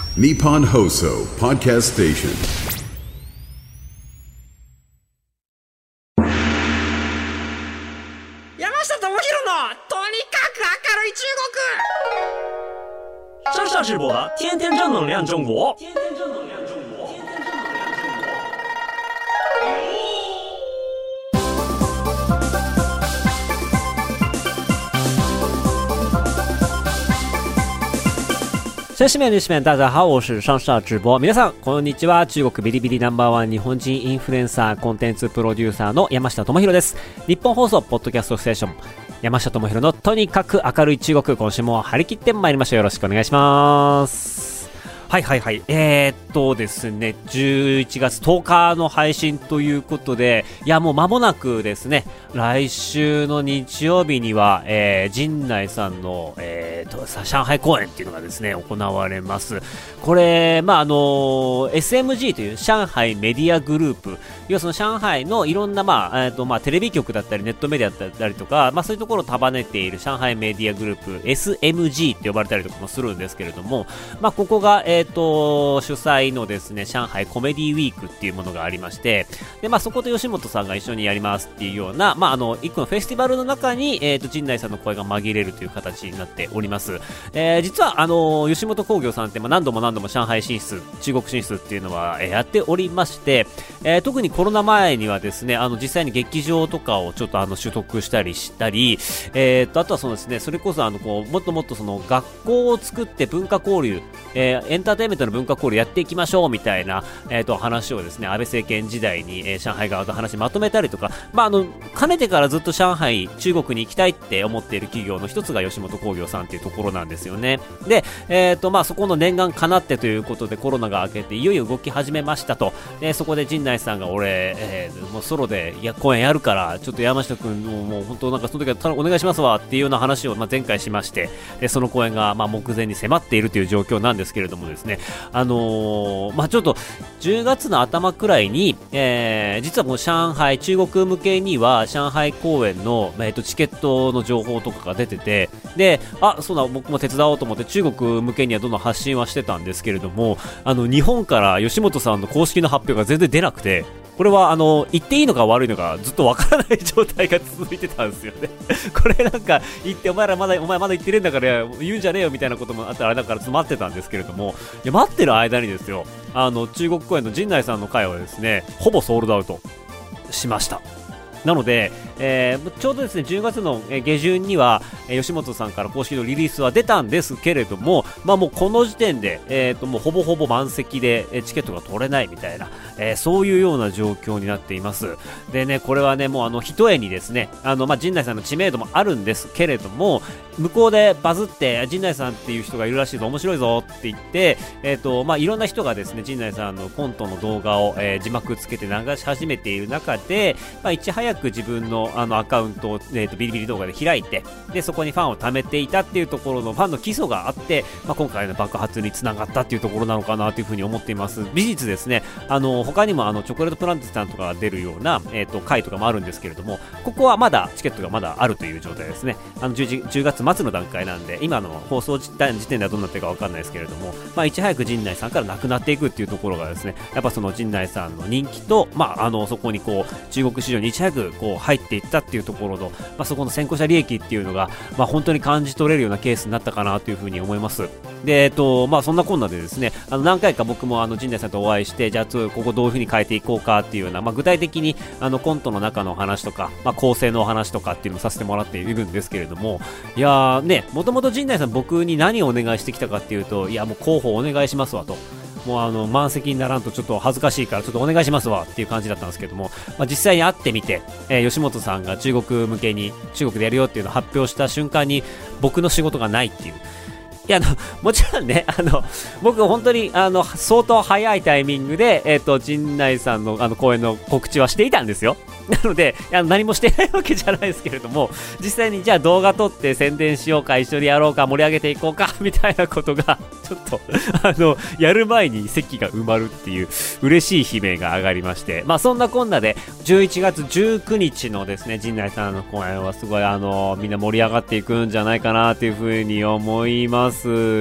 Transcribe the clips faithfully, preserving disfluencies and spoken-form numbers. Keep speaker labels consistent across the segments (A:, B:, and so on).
A: Nippon Hoso Podcast Station.
B: 山下智博のとにかく明るい中国。
C: 上上直播的天天正能量中国。天天正能量中国。天天正能量中国。先生们、女士们、大家好，我是上下直播。皆さん、こんにちは。中国ビリビリナンバーワン日本人インフルエンサーコンテンツプロデューサーの山下智博です。日本放送ポッドキャストステーション山下智博のとにかく明るい中国、今週も張り切ってまいりましょう。よろしくお願いします。はいはいはい。えー、っとですね、じゅういちがつとおかの配信ということで、いやもう間もなくですね、来週の日曜日には、えー、陣内さんの、えー、と上海公演っていうのがですね、行われます。これ、まあ、あの、エスエムジー という上海メディアグループ、要はその上海のいろんな、まあ、えーとまあ、テレビ局だったりネットメディアだったりとか、まあ、そういうところを束ねている上海メディアグループ、エスエムジー って呼ばれたりとかもするんですけれども、まあ、ここが、えーと、主催のですね、上海コメディウィークっていうものがありまして、で、まあ、そこと吉本さんが一緒にやりますっていうような、まあ、あの、一個のフェスティバルの中に、えーと、陣内さんの声が紛れるという形になっております。えー、実は、あの、吉本興業さんって、まあ、何度も何度も上海進出、中国進出っていうのは、えー、やっておりまして、えー、特にコロナ前にはですね、あの、実際に劇場とかをちょっとあの、取得したりしたり、えーと、あとはそうですね、それこそあの、こう、もっともっとその、学校を作って文化交流、えー、エンターテインメントの文化交流やっていきましょうみたいな、えーと、話をですね、安倍政権時代に、えー、上海側と話まとめたりとか、まあ、あの、かねてからずっと上海、中国に行きたいって思っている企業の一つが吉本興業さんっていうところなんですよね。で、えーと、まあ、そこの念願かなってということでコロナが明けていよいよ動き始めましたと。で、そこで陣内さんが俺、えー、もうソロでいや公演やるから、ちょっと山下くんももう本当なんかその時はお願いしますわっていうような話を、まあ、前回しまして、で、その公演がまあ目前に迫っているという状況なんですけれどもですね、あのー、まあ、ちょっとじゅうがつの頭くらいに、えー、実はもう上海、中国向けには上海公演の、えー、とチケットの情報とかが出てて、で、あ、そうだ、僕も手伝おうと思って中国向けにはどんどん発信はしてたんですけれども、あの、日本から吉本さんの公式の発表が全然出なくて、これはあの言っていいのか悪いのかずっとわからない状態が続いてたんですよね。これなんか言ってお前らまだお前まだ言ってるんだから言うんじゃねえよみたいなこともあったらあれだから詰まってたんですけれども、いや待ってる間にですよ、あの中国公演の陣内さんの回はですね、ほぼソールドアウトしました。なので、えー、ちょうどですねじゅうがつの下旬には、えー、吉本さんから公式のリリースは出たんですけれども、まあもうこの時点で、えー、ともうほぼほぼ満席で、えー、チケットが取れないみたいな、えー、そういうような状況になっています。でね、これはねもうあの一重にですね、あのまあ陣内さんの知名度もあるんですけれども、向こうでバズって陣内さんっていう人がいるらしいぞ、面白いぞって言って、えーとまあ、いろんな人がですね陣内さんのコントの動画を、えー、字幕つけて流し始めている中で、まあ、いち早く自分のあのアカウントを、えー、とビリビリ動画で開いて、でそこにファンを貯めていたっていうところのファンの基礎があって、まあ、今回の爆発につながったっていうところなのかなというふうに思っています。美術ですね、あの他にもあのチョコレートプランテさんとかが出るような、えー、と回とかもあるんですけれども、ここはまだチケットがまだあるという状態ですね。あの 10, じゅうがつ末の段階なんで、今の放送時点ではどうなってるか分かんないですけれども、まあ、いち早く陣内さんからなくなっていくっていうところがですね、やっぱその陣内さんの人気と、まあ、あのそこにこう中国市場にいち早くこう入っていったっていうところの、まあ、そこの先行者利益っていうのが、まあ、本当に感じ取れるようなケースになったかなというふうに思います。で、えっとまあ、そんなこんなでですね、あの何回か僕もあの陣内さんとお会いして、じゃあここどういうふうに変えていこうかっていうような、まあ、具体的にあのコントの中の話とか、まあ、構成のお話とかっていうのをさせてもらっているんですけれども、いやーね、もともと陣内さん僕に何をお願いしてきたかっていうと、いやもう候補お願いしますわと、もうあの満席にならんとちょっと恥ずかしいからちょっとお願いしますわっていう感じだったんですけども、まあ、実際に会ってみて、えー、吉本さんが中国向けに中国でやるよっていうのを発表した瞬間に僕の仕事がないっていう、いやあのもちろんね、あの僕本当にあの相当早いタイミングで、えー、と陣内さんのあの公演の告知はしていたんですよ。なのでいや何もしてないわけじゃないですけれども、実際にじゃあ動画撮って宣伝しようか、一緒にやろうか、盛り上げていこうかみたいなことがちょっとあのやる前に席が埋まるっていう嬉しい悲鳴が上がりまして、まあそんなこんなでじゅういちがつじゅうくにちのですね陣内さんの公演はすごいあのみんな盛り上がっていくんじゃないかなというふうに思います。 。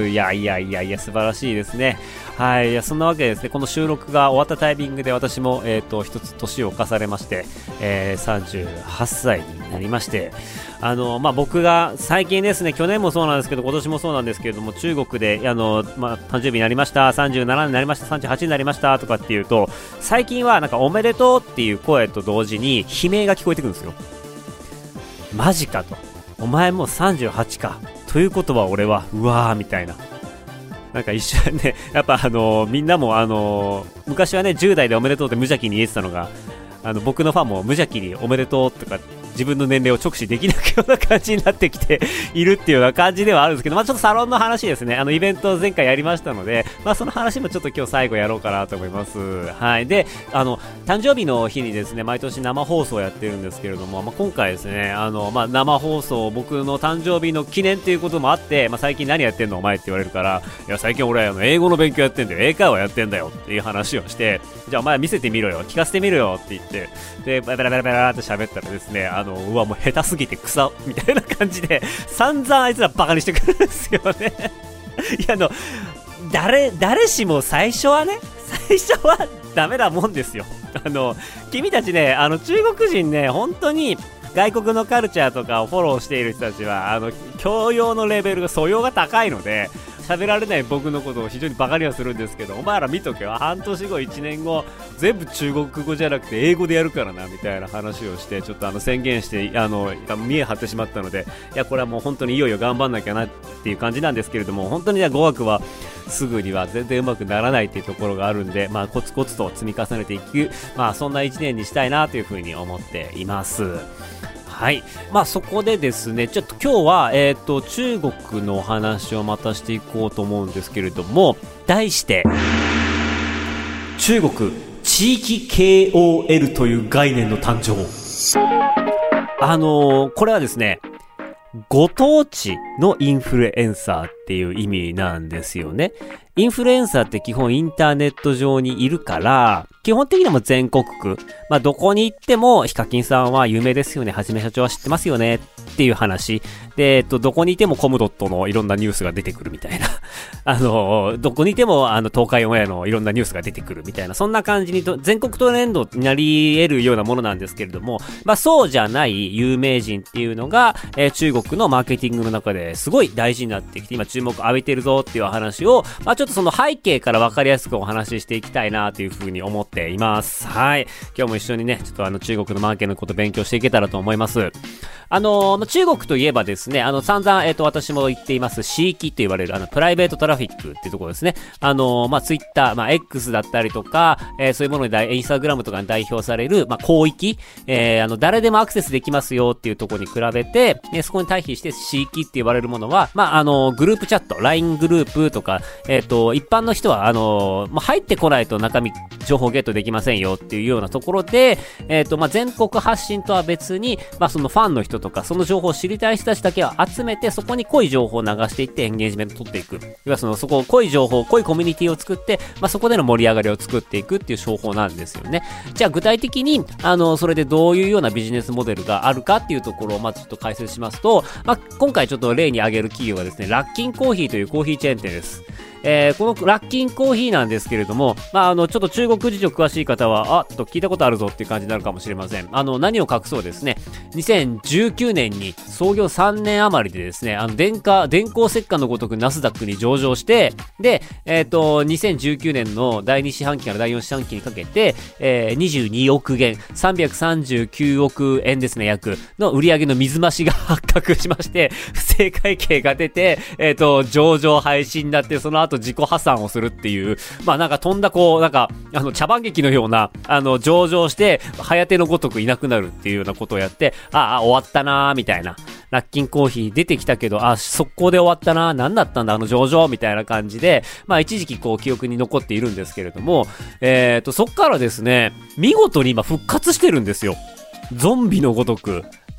C: いやいやいやいや、素晴らしいですね。はい。いや、そんなわけでですね、この収録が終わったタイミングで私も、えっと、一つ年を重ねまして、えー、さんじゅうはっさいになりまして、あの、まあ、僕が最近ですね、去年もそうなんですけど、今年もそうなんですけれども、中国で、あの、まあ、誕生日になりました、さんじゅうななになりました、さんじゅうはちになりましたとかっていうと、最近はなんかおめでとうっていう声と同時に悲鳴が聞こえてくるんですよ。マジかと。お前もうさんじゅうはちか。ということは俺は、うわーみたいな。なんか一瞬ね、やっぱあのー、みんなもあのー、昔はね、じゅう代でおめでとうって無邪気に言えてたのが、あの、僕のファンも無邪気におめでとうとか、自分の年齢を直視できなくような感じになってきているっていうような感じではあるんですけど、まあちょっとサロンの話ですね。あのイベント前回やりましたので、まあその話もちょっと今日最後やろうかなと思います。はい。で、あの、誕生日の日にですね、毎年生放送やってるんですけれども、まあ今回ですね、あの、まあ生放送、僕の誕生日の記念っていうこともあって、まあ最近何やってんのお前って言われるから、いや最近俺あの英語の勉強やってんだよ、英会話やってんだよっていう話をして、じゃあお前見せてみろよ、聞かせてみろよって言って、で、ベラベラベラって喋ったらですね、あの、うわもう下手すぎて草みたいな感じで散々あいつらバカにしてくるんですよねいやあの誰誰しも最初はね最初はダメなもんですよ。あの君たちね、あの中国人ね、本当に外国のカルチャーとかをフォローしている人たちはあの教養のレベルが素養が高いので、喋られない僕のことを非常にバカにはするんですけど、お前ら見とけよ、半年後いちねんご全部中国語じゃなくて英語でやるからなみたいな話をして、ちょっとあの宣言してあの見え張ってしまったので、いやこれはもう本当にいよいよ頑張んなきゃなっていう感じなんですけれども、本当にね語学はすぐには全然うまくならないっていうところがあるんで、まあコツコツと積み重ねていく、まあそんないちねんにしたいなというふうに思っています。はい。まあそこでですね、ちょっと今日は、えっと、中国のお話をまたしていこうと思うんですけれども、題して、中国地域 ケーオーエル という概念の誕生。あのー、これはですね、ご当地のインフルエンサーっていう意味なんですよね。インフルエンサーって基本インターネット上にいるから、基本的にはもう全国区。まあどこに行ってもヒカキンさんは有名ですよね。はじめ社長は知ってますよねっていう話。で、えっと、どこにいてもコムドットのいろんなニュースが出てくるみたいな。あの、どこにいてもあの東海オンエアのいろんなニュースが出てくるみたいな。そんな感じにと全国トレンドになり得るようなものなんですけれども、まあそうじゃない有名人っていうのが、えー、中国のマーケティングの中ですごい大事になってきて、今注目浴びてるぞっていう話を、まあちょっとその背景から分かりやすくお話ししていきたいなというふうに思っています。はい。今日も一緒にね、ちょっとあの中国のマーケのこと勉強していけたらと思います。あのー、中国といえばですね、あの散々、えっと、私も言っています、シーキって言われる、あの、プライベートトラフィックっていうところですね。あのー、まあ、ツイッター、まあ、X だったりとか、えー、そういうもので、インスタグラムとかに代表される、まあ、広域、えー、あの、誰でもアクセスできますよっていうところに比べて、えー、そこに対比して、シーキって言われるものは、まあ、あのー、グループチャット、ライン グループとか、えっと、一般の人は、あのー、まあ、入ってこないと中身、情報ゲットできませんよっていうようなところで、えっと、まあ、全国発信とは別に、まあ、そのファンの人とか、その情報を知りたい人たちだけを集めて、そこに濃い情報を流していってエンゲージメントを取っていく。要はその、そこを濃い情報、濃いコミュニティを作って、まあ、そこでの盛り上がりを作っていくっていう手法なんですよね。じゃあ具体的に、あの、それでどういうようなビジネスモデルがあるかっていうところを、まあ、ちょっと解説しますと、まあ、今回ちょっと例に挙げる企業がですね、ラッキンコーヒーというコーヒーチェーン店です。えー、このラッキンコーヒーなんですけれども、まあ、あの、ちょっと中国事情詳しい方は、あっと聞いたことあるぞっていう感じになるかもしれません。あの、何を隠そうですね、にせんじゅうきゅうねんに創業さんねん余りでですね、あの、電化、電光石火のごとくナスダックに上場して、で、えっと、にせんじゅうきゅうねんのだいに四半期からだいよん四半期にかけて、えー、にじゅうにおくげん、さんびゃくさんじゅうきゅうおくえんですね、約、の売上の水増しが発覚しまして、不正会計が出て、えっと、上場廃止になって、その後自己破産をするっていう、まあなんかとんだこう、なんか、あの、茶番劇のような、あの、上場して、早手のごとくいなくなるっていうようなことをやって、ああ、終わったなー、みたいな。ラッキンコーヒー出てきたけど、あ、速攻で終わったな、何だったんだ、あの上場みたいな感じで、まあ一時期こう記憶に残っているんですけれども、えっと、そっからですね、見事に今復活してるんですよ。ゾンビのごとく。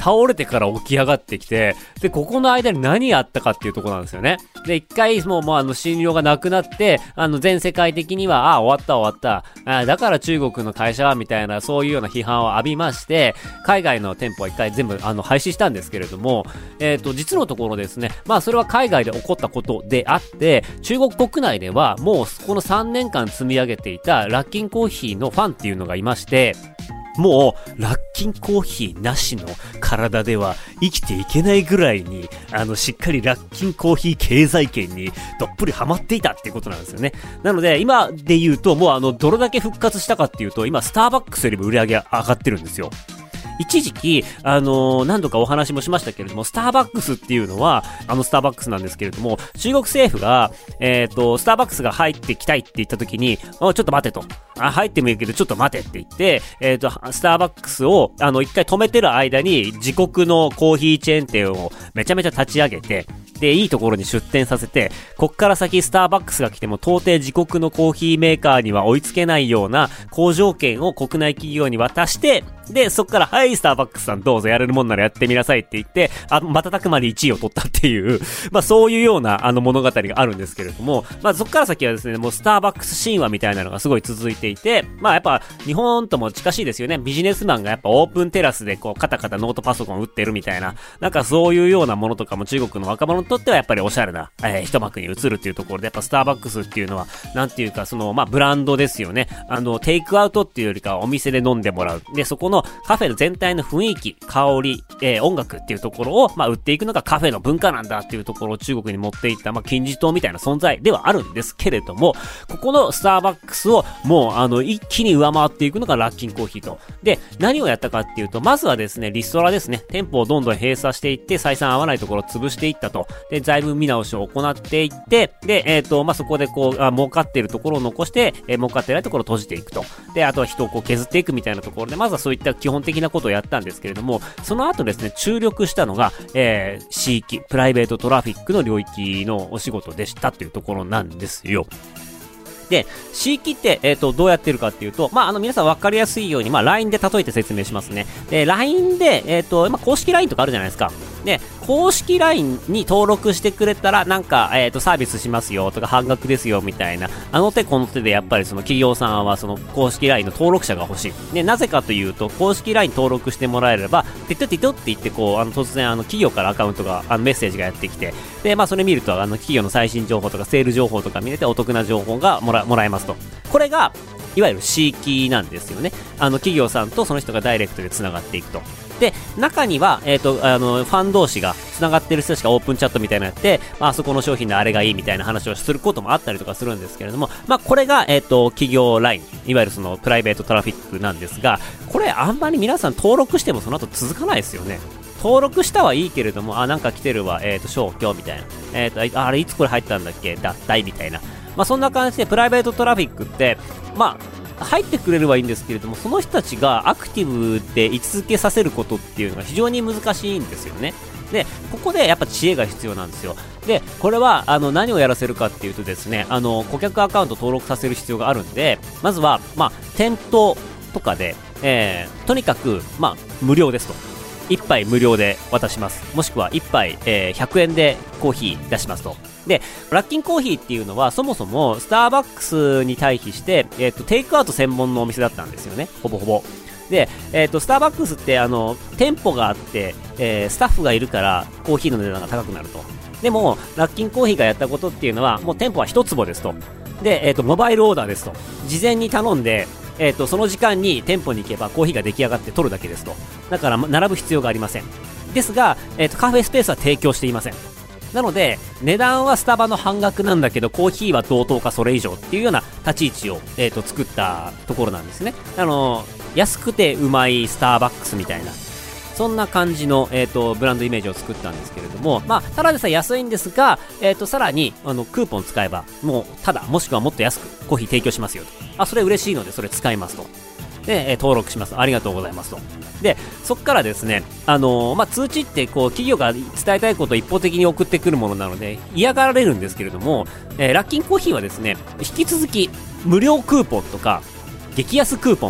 C: 倒れてから起き上がってきて、で、ここの間に何があったかっていうところなんですよね。で、一回もう、もうあの、診療がなくなって、あの、全世界的には、ああ、終わった終わった。あだから中国の会社は、みたいな、そういうような批判を浴びまして、海外の店舗は一回全部、あの、廃止したんですけれども、えっと、実のところですね、まあ、それは海外で起こったことであって、中国国内では、もう、このさんねんかん積み上げていた、ラッキンコーヒーのファンっていうのがいまして、もう、ラッキンコーヒーなしの体では生きていけないぐらいに、あの、しっかりラッキンコーヒー経済圏にどっぷりハマっていたっていうことなんですよね。なので、今で言うと、もうあの、どれだけ復活したかっていうと、今、スターバックスよりも売り上げ上がってるんですよ。一時期、あのー、何度かお話もしましたけれども、スターバックスっていうのは、あのスターバックスなんですけれども、中国政府が、えっと、スターバックスが入ってきたいって言った時に、あ、ちょっと待てと。あ、入ってもいいけど、ちょっと待てって言って、えっと、スターバックスを、あの、一回止めてる間に、自国のコーヒーチェーン店をめちゃめちゃ立ち上げて、で、いいところに出店させて、こっから先スターバックスが来ても到底自国のコーヒーメーカーには追いつけないような好条件を国内企業に渡して、で、そっから、はい、スターバックスさんどうぞやれるもんならやってみなさいって言って、あ、瞬く間にいちいを取ったっていう、まあそういうようなあの物語があるんですけれども、まあそっから先はですね、もうスターバックス神話みたいなのがすごい続いていて、まあやっぱ日本とも近しいですよね。ビジネスマンがやっぱオープンテラスでこうカタカタノートパソコン打ってるみたいな、なんかそういうようなものとかも中国の若者にとってはやっぱりおしゃれな、えー、一幕に移るっていうところで、やっぱスターバックスっていうのは、なんていうかその、まあブランドですよね。あの、テイクアウトっていうよりかはお店で飲んでもらう。で、そこのカフェの全体の雰囲気、香り、えー、音楽っていうところを、まあ、売っていくのがカフェの文化なんだっていうところを中国に持っていった、まあ、金字塔みたいな存在ではあるんですけれども、ここのスターバックスをもう、あの、一気に上回っていくのがラッキンコーヒーと。で、何をやったかっていうと、まずはですね、リストラですね、店舗をどんどん閉鎖していって、採算合わないところを潰していったと。で、財務見直しを行っていって、で、えっと、まあ、そこでこう、あ儲かっているところを残して、えー、儲かってないところを閉じていくと。で、あとは人をこう削っていくみたいなところで、まずはそういった基本的なことをやったんですけれども、その後ですね、注力したのが、えー、C 域、プライベートトラフィックの領域のお仕事でしたというところなんですよ。で、C 域って、えっと、どうやってるかっていうと、まあ、あの、皆さん分かりやすいように、まあ、ライン で例えて説明しますね。で、ライン で、えっと、まあ、公式 ライン とかあるじゃないですか。で、公式 ライン に登録してくれたら、なんか、えっと、サービスしますよとか、半額ですよみたいな、あの手この手でやっぱりその企業さんはその公式 ライン の登録者が欲しい。で、なぜかというと、公式 ライン 登録してもらえれば、てっとてっとって言って、こう、あの、突然、あの、企業からアカウントが、あの、メッセージがやってきて、で、まあ、それ見ると、あの、企業の最新情報とか、セール情報とか見れて、お得な情報がもら、もらえますと。これが、いわゆる C 域なんですよね。あの、企業さんとその人がダイレクトで繋がっていくと。で、中には、えっと、あの、ファン同士が繋がってる人しかオープンチャットみたいなのやって、まあ、あそこの商品のあれがいいみたいな話をすることもあったりとかするんですけれども、まあ、これが、えっと、企業ライン、いわゆるその、プライベートトラフィックなんですが、これあんまり皆さん登録してもその後続かないですよね。登録したはいいけれども、あ、なんか来てるわ、えっと、消去みたいな。えっと、あれいつこれ入ったんだっけ脱退みたいな。まあ、そんな感じで、プライベートトラフィックって、まあ、入ってくれればいいんですけれども、その人たちがアクティブで居続けさせることっていうのが非常に難しいんですよね。で、ここでやっぱ知恵が必要なんですよ。で、これは、あの、何をやらせるかっていうとですね、あの、顧客アカウント登録させる必要があるんで、まずは、まあ、店頭とかで、えー、とにかく、まあ、無料ですと。いっぱい無料で渡します。もしくはいっぱい、えー、ひゃくえんでコーヒー出しますと。で、ラッキンコーヒーっていうのはそもそもスターバックスに対比して、えっと、テイクアウト専門のお店だったんですよね。ほぼほぼ。で、えっと、スターバックスってあの、店舗があって、えー、スタッフがいるからコーヒーの値段が高くなると。でも、ラッキンコーヒーがやったことっていうのは、もう店舗は一坪ですと。で、えっと、モバイルオーダーですと。事前に頼んで、えっと、その時間に店舗に行けばコーヒーが出来上がって取るだけですと。だから、並ぶ必要がありません。ですが、えっと、カフェスペースは提供していません。なので、値段はスタバの半額なんだけど、コーヒーは同等かそれ以上っていうような立ち位置を、えっと、作ったところなんですね。あの、安くてうまいスターバックスみたいな、そんな感じの、えっと、ブランドイメージを作ったんですけれども、まあ、ただでさえ安いんですが、えっと、さらに、あの、クーポン使えば、もう、ただ、もしくはもっと安くコーヒー提供しますよと。あ、それ嬉しいので、それ使いますと。で、えー、登録します。ありがとうございますと。で、そっからですね、あのー、まあ、通知ってこう企業が伝えたいことを一方的に送ってくるものなので嫌がられるんですけれども、えー、ラッキンコーヒーはですね、引き続き無料クーポンとか激安クーポン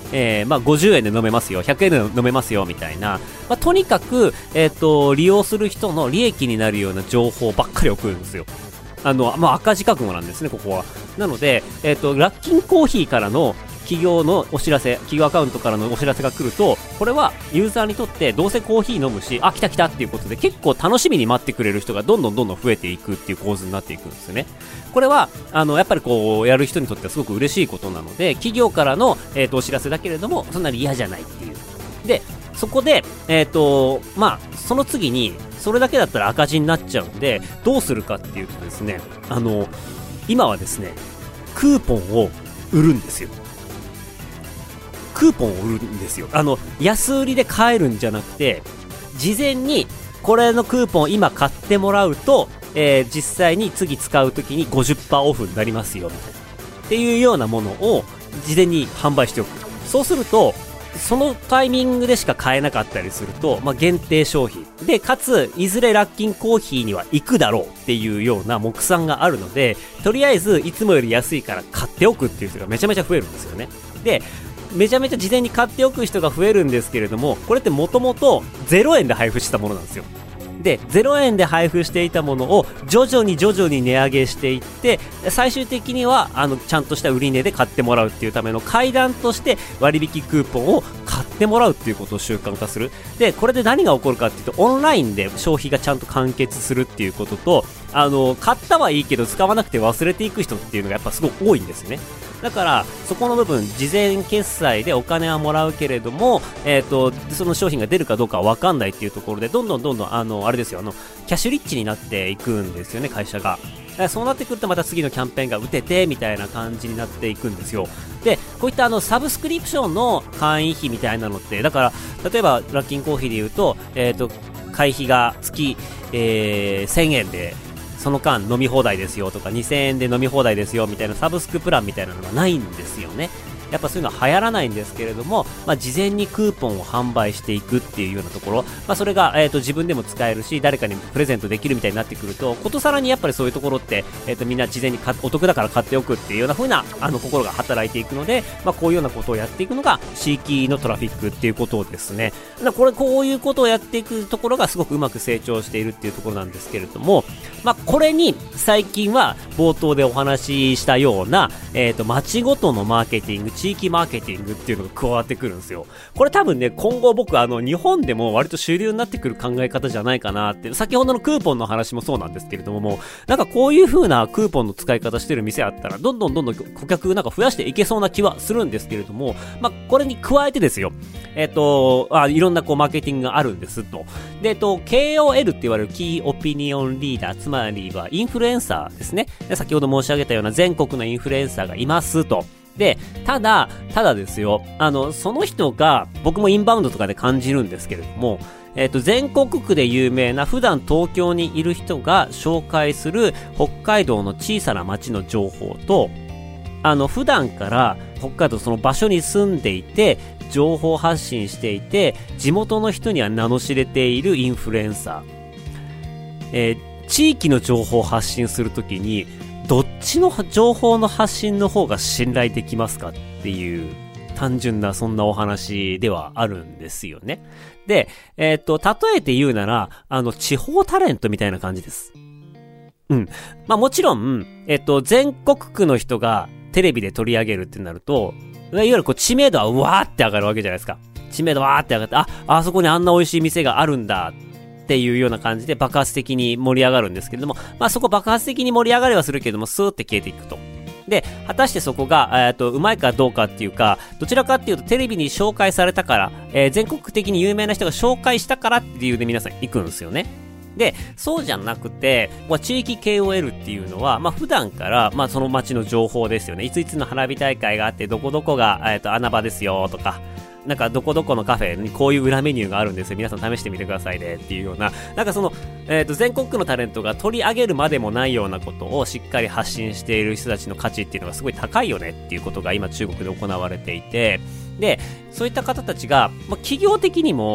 C: えー、まあごじゅうえんで飲めますよ、ひゃくえんで飲めますよみたいな、まあ、とにかく、えっと、利用する人の利益になるような情報ばっかり送るんですよ。あの、まあ、赤字覚悟なんですね、ここは。なので、えっと、ラッキンコーヒーからの企業のお知らせ、企業アカウントからのお知らせが来ると、これはユーザーにとってどうせコーヒー飲むし、あ、来た来たっていうことで結構楽しみに待ってくれる人がどんどんどんどん増えていくっていう構図になっていくんですよね。これは、あの、やっぱりこう、やる人にとってはすごく嬉しいことなので、企業からの、えっと、お知らせだけれども、そんなに嫌じゃないっていう。で、そこで、えっと、まあ、その次に、それだけだったら赤字になっちゃうんで、どうするかっていうとですね、あの、今はですね、クーポンを売るんですよ。クーポンを売るんですよ。あの、安売りで買えるんじゃなくて、事前にこれのクーポンを今買ってもらうと、えー、実際に次使うときに ごじゅっパーセント オフになりますよみたいなっていうようなものを事前に販売しておく。そうするとそのタイミングでしか買えなかったりすると、まあ、限定商品で、かついずれラッキンコーヒーには行くだろうっていうような目算があるので、とりあえずいつもより安いから買っておくっていう人がめちゃめちゃ増えるんですよね。で、めちゃめちゃ事前に買っておく人が増えるんですけれども、これってもともとゼロえんで配布したものなんですよ。で、ゼロえんで配布していたものを徐々に徐々に値上げしていって、最終的にはあのちゃんとした売り値で買ってもらうっていうための階段として割引クーポンを買ってもらうっていうことを習慣化する。で、これで何が起こるかっていうと、オンラインで消費がちゃんと完結するっていうことと、あの買ったはいいけど使わなくて忘れていく人っていうのがやっぱすごく多いんですよね。だからそこの部分、事前決済でお金はもらうけれども、えーと、その商品が出るかどうかは分かんないっていうところで、どんどんどんどんあのあれですよ、あのキャッシュリッチになっていくんですよね、会社が。そうなってくるとまた次のキャンペーンが打ててみたいな感じになっていくんですよ。で、こういったあのサブスクリプションの会員費みたいなのって、だから例えばラッキンコーヒーで言うと、えーと会費が月、えー、せんえんでその間飲み放題ですよとかにせんえんで飲み放題ですよみたいなサブスクプランみたいなのがないんですよね。やっぱそういうのは流行らないんですけれども、まあ、事前にクーポンを販売していくっていうようなところ、まあ、それが、えーと、自分でも使えるし誰かにプレゼントできるみたいになってくると、ことさらにやっぱりそういうところって、えーと、みんな事前にお得だから買っておくっていうような風なあの心が働いていくので、まあ、こういうようなことをやっていくのが C キーのトラフィックっていうことですね。だこれこういうことをやっていくところがすごくうまく成長しているっていうところなんですけれども、まあ、これに最近は冒頭でお話ししたような、えーと、街ごとのマーケティング、地域マーケティングっていうのが加わってくるんですよ。これ多分ね、今後僕あの日本でも割と主流になってくる考え方じゃないかなって、先ほどのクーポンの話もそうなんですけれども、もうなんかこういう風なクーポンの使い方してる店あったらどんどんどんどん顧客なんか増やしていけそうな気はするんですけれども、まあこれに加えてですよ、えっとあいろんなこうマーケティングがあるんですと。で、えっと ケーオーエル って言われるキーオピニオンリーダー、つまりはインフルエンサーですね。で、先ほど申し上げたような全国のインフルエンサーがいますと。で、ただ、ただですよ、あの、その人が、僕もインバウンドとかで感じるんですけれども、えっと、全国区で有名な普段東京にいる人が紹介する北海道の小さな町の情報と、あの、普段から北海道その場所に住んでいて、情報発信していて、地元の人には名の知れているインフルエンサー。えー、地域の情報を発信するときに、どっちの情報の発信の方が信頼できますかっていう単純なそんなお話ではあるんですよね。で、えっと、例えて言うなら、あの、地方タレントみたいな感じです。うん。まあもちろん、えっと、全国区の人がテレビで取り上げるってなると、いわゆるこう知名度はうわーって上がるわけじゃないですか。知名度わーって上がって、あ、あそこにあんな美味しい店があるんだ。っていうような感じで爆発的に盛り上がるんですけれども、まあそこ爆発的に盛り上がりはするけれども、スーって消えていくと。で、果たしてそこが、えーと、うまいかどうかっていうか、どちらかっていうとテレビに紹介されたから、えー、全国的に有名な人が紹介したからっていう理由で皆さん行くんですよね。で、そうじゃなくて、まあ、地域 ケーオーエル っていうのは、まあ、普段から、まあ、その街の情報ですよね。いついつの花火大会があって、どこどこが、えーと、穴場ですよとか、なんかどこどこのカフェにこういう裏メニューがあるんですよ。皆さん試してみてくださいねっていうような、なんかその、えっと、全国区のタレントが取り上げるまでもないようなことをしっかり発信している人たちの価値っていうのがすごい高いよねっていうことが今中国で行われていて、で、そういった方たちが、まあ、企業的にも、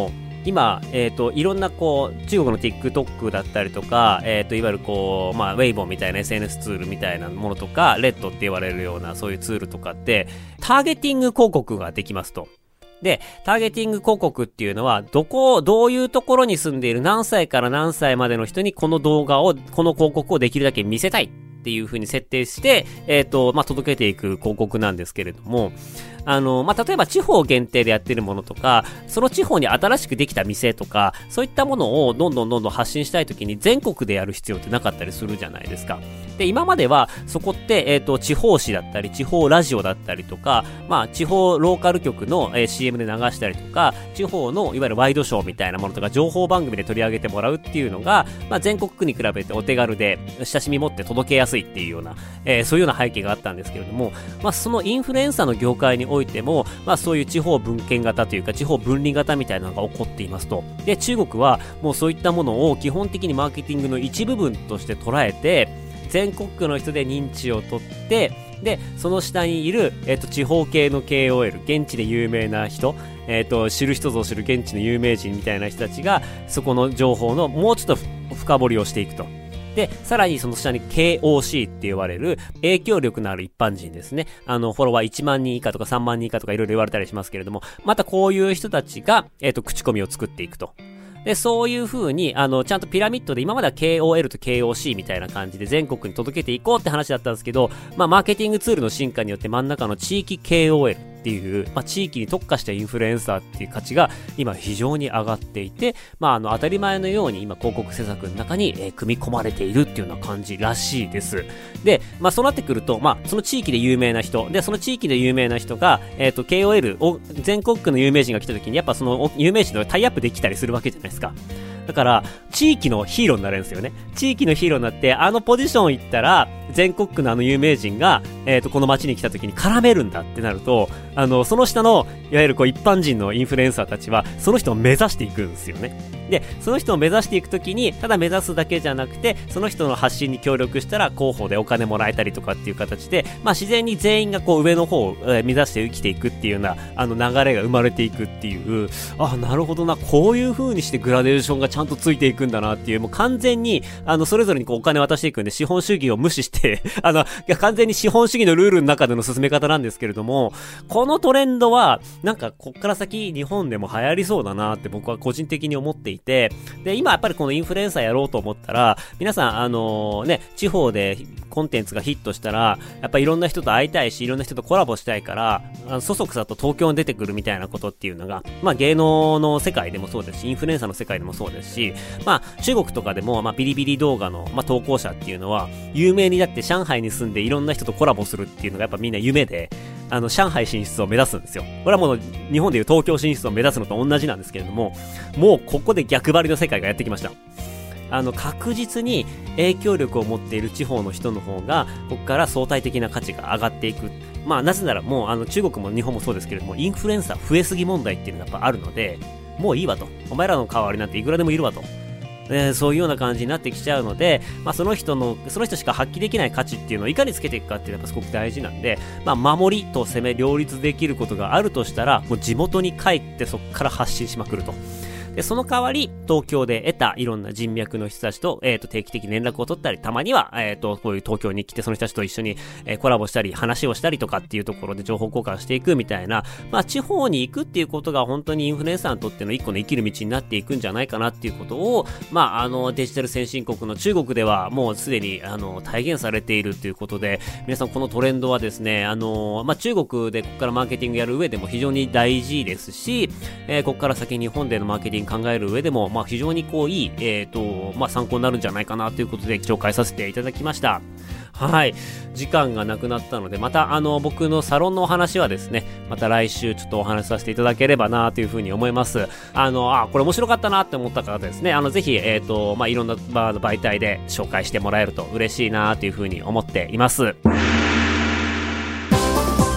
C: 今、えっと、いろんなこう、中国の TikTok だったりとか、えっと、いわゆるこう、まあ、Weibo みたいな エスエヌエス ツールみたいなものとか、レッドって言われるようなそういうツールとかって、ターゲティング広告ができますと。で、ターゲティング広告っていうのは、どこ、どういうところに住んでいる何歳から何歳までの人にこの動画を、この広告をできるだけ見せたいっていう風に設定して、えっと、まあ、届けていく広告なんですけれども、あの、まあ、例えば地方限定でやってるものとか、その地方に新しくできた店とか、そういったものをどんどんどんどん発信したいときに全国でやる必要ってなかったりするじゃないですか。で、今まではそこって、えっと、地方紙だったり、地方ラジオだったりとか、まあ、地方ローカル局の、えー、シーエム で流したりとか、地方のいわゆるワイドショーみたいなものとか、情報番組で取り上げてもらうっていうのが、まあ、全国区に比べてお手軽で、親しみ持って届けやすいっていうような、えー、そういうような背景があったんですけれども、まあ、そのインフルエンサーの業界においても、まあ、そういう地方分権型というか、地方分離型みたいなのが起こっていますと。で、中国はもうそういったものを基本的にマーケティングの一部分として捉えて、全国区の人で認知を取って、で、その下にいる、えっと、地方系の ケーオーエル、現地で有名な人、えっと、知る人ぞ知る現地の有名人みたいな人たちが、そこの情報のもうちょっと深掘りをしていくと。で、さらにその下に ケーオーシー って言われる影響力のある一般人ですね。あの、フォロワーいちまんにん以下とかさんまんにん以下とかいろいろ言われたりしますけれども、またこういう人たちが、えっと、口コミを作っていくと。で、そういう風に、あの、ちゃんとピラミッドで今までは ケーオーエル と ケーオーシー みたいな感じで全国に届けていこうって話だったんですけど、まあ、マーケティングツールの進化によって真ん中の地域 ケーオーエルっていう、まあ、地域に特化したインフルエンサーっていう価値が今非常に上がっていて、まあ、あの、当たり前のように今広告施策の中に、えー、組み込まれているっていうような感じらしいです。で、まあ、そうなってくると、まあ、その地域で有名な人、で、その地域で有名な人が、えっと、ケーオーエルを、全国区の有名人が来た時に、やっぱその有名人とタイアップできたりするわけじゃないですか。だから、地域のヒーローになれるんですよね。地域のヒーローになって、あのポジション行ったら、全国区のあの有名人が、えっと、この街に来た時に絡めるんだってなると、あの、その下の、いわゆるこう一般人のインフルエンサーたちは、その人を目指していくんですよね。で、その人を目指していくときに、ただ目指すだけじゃなくて、その人の発信に協力したら、広報でお金もらえたりとかっていう形で、まあ自然に全員がこう上の方を、えー、目指して生きていくっていうような、あの流れが生まれていくっていう、あ、なるほどな、こういう風にしてグラデーションがちゃんとついていくんだなっていう、もう完全に、あの、それぞれにこうお金渡していくんで、資本主義を無視して、あの、いや完全に資本主義のルールの中での進め方なんですけれども、このトレンドは、なんかこっから先日本でも流行りそうだなって僕は個人的に思っていて、で、今やっぱりこのインフルエンサーやろうと思ったら、皆さん、あのー、ね、地方でコンテンツがヒットしたら、やっぱいろんな人と会いたいし、いろんな人とコラボしたいから、あのそそくさと東京に出てくるみたいなことっていうのが、まあ芸能の世界でもそうですし、インフルエンサーの世界でもそうですし、まあ中国とかでも、まあビリビリ動画の、まあ投稿者っていうのは、有名になって上海に住んでいろんな人とコラボするっていうのがやっぱみんな夢で、あの、上海進出を目指すんですよ。これはもう日本でいう東京進出を目指すのと同じなんですけれども、もうここで逆張りの世界がやってきました。あの、確実に影響力を持っている地方の人の方が、ここから相対的な価値が上がっていく。まあ、なぜならもう、あの、中国も日本もそうですけれども、インフルエンサー増えすぎ問題っていうのがやっぱあるので、もういいわと。お前らの代わりなんていくらでもいるわと。えー、そういうような感じになってきちゃうので、まあ、その人の、その人しか発揮できない価値っていうのをいかにつけていくかっていうのはすごく大事なんで、まあ、守りと攻め両立できることがあるとしたら、もう地元に帰ってそこから発信しまくると。で、その代わり、東京で得たいろんな人脈の人たちと、えっと、定期的に連絡を取ったり、たまには、えっと、こういう東京に来て、その人たちと一緒に、えー、コラボしたり、話をしたりとかっていうところで情報交換していくみたいな、まあ、地方に行くっていうことが本当にインフルエンサーにとっての一個の生きる道になっていくんじゃないかなっていうことを、まあ、あの、デジタル先進国の中国では、もうすでに、あの、体現されているっていうことで、皆さんこのトレンドはですね、あの、まあ、中国でここからマーケティングやる上でも非常に大事ですし、えー、ここから先日本でのマーケティング考える上でも、まあ非常にこういい、えっと、まあ参考になるんじゃないかなということで紹介させていただきました。はい。時間がなくなったので、またあの僕のサロンのお話はですね、また来週ちょっとお話しさせていただければなというふうに思います。あの、あ、これ面白かったなって思った方ですね、あのぜひ、えっと、まあいろんな媒体で紹介してもらえると嬉しいなというふうに思っています。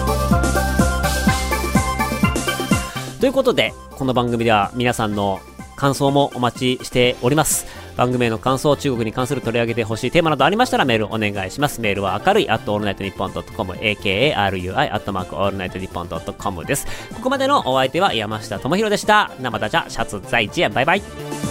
C: ということで、この番組では皆さんの感想もお待ちしております。番組への感想、中国に関する取り上げてほしいテーマなどありましたらメールお願いします。メールは明るい アットオールナイトニッポンドットコム エーケーエーアールユーアイ アットマークオールナイトニッポンドットコム です。ここまでのお相手は山下智博でした。なまたじゃシャツ在地へバイバイ。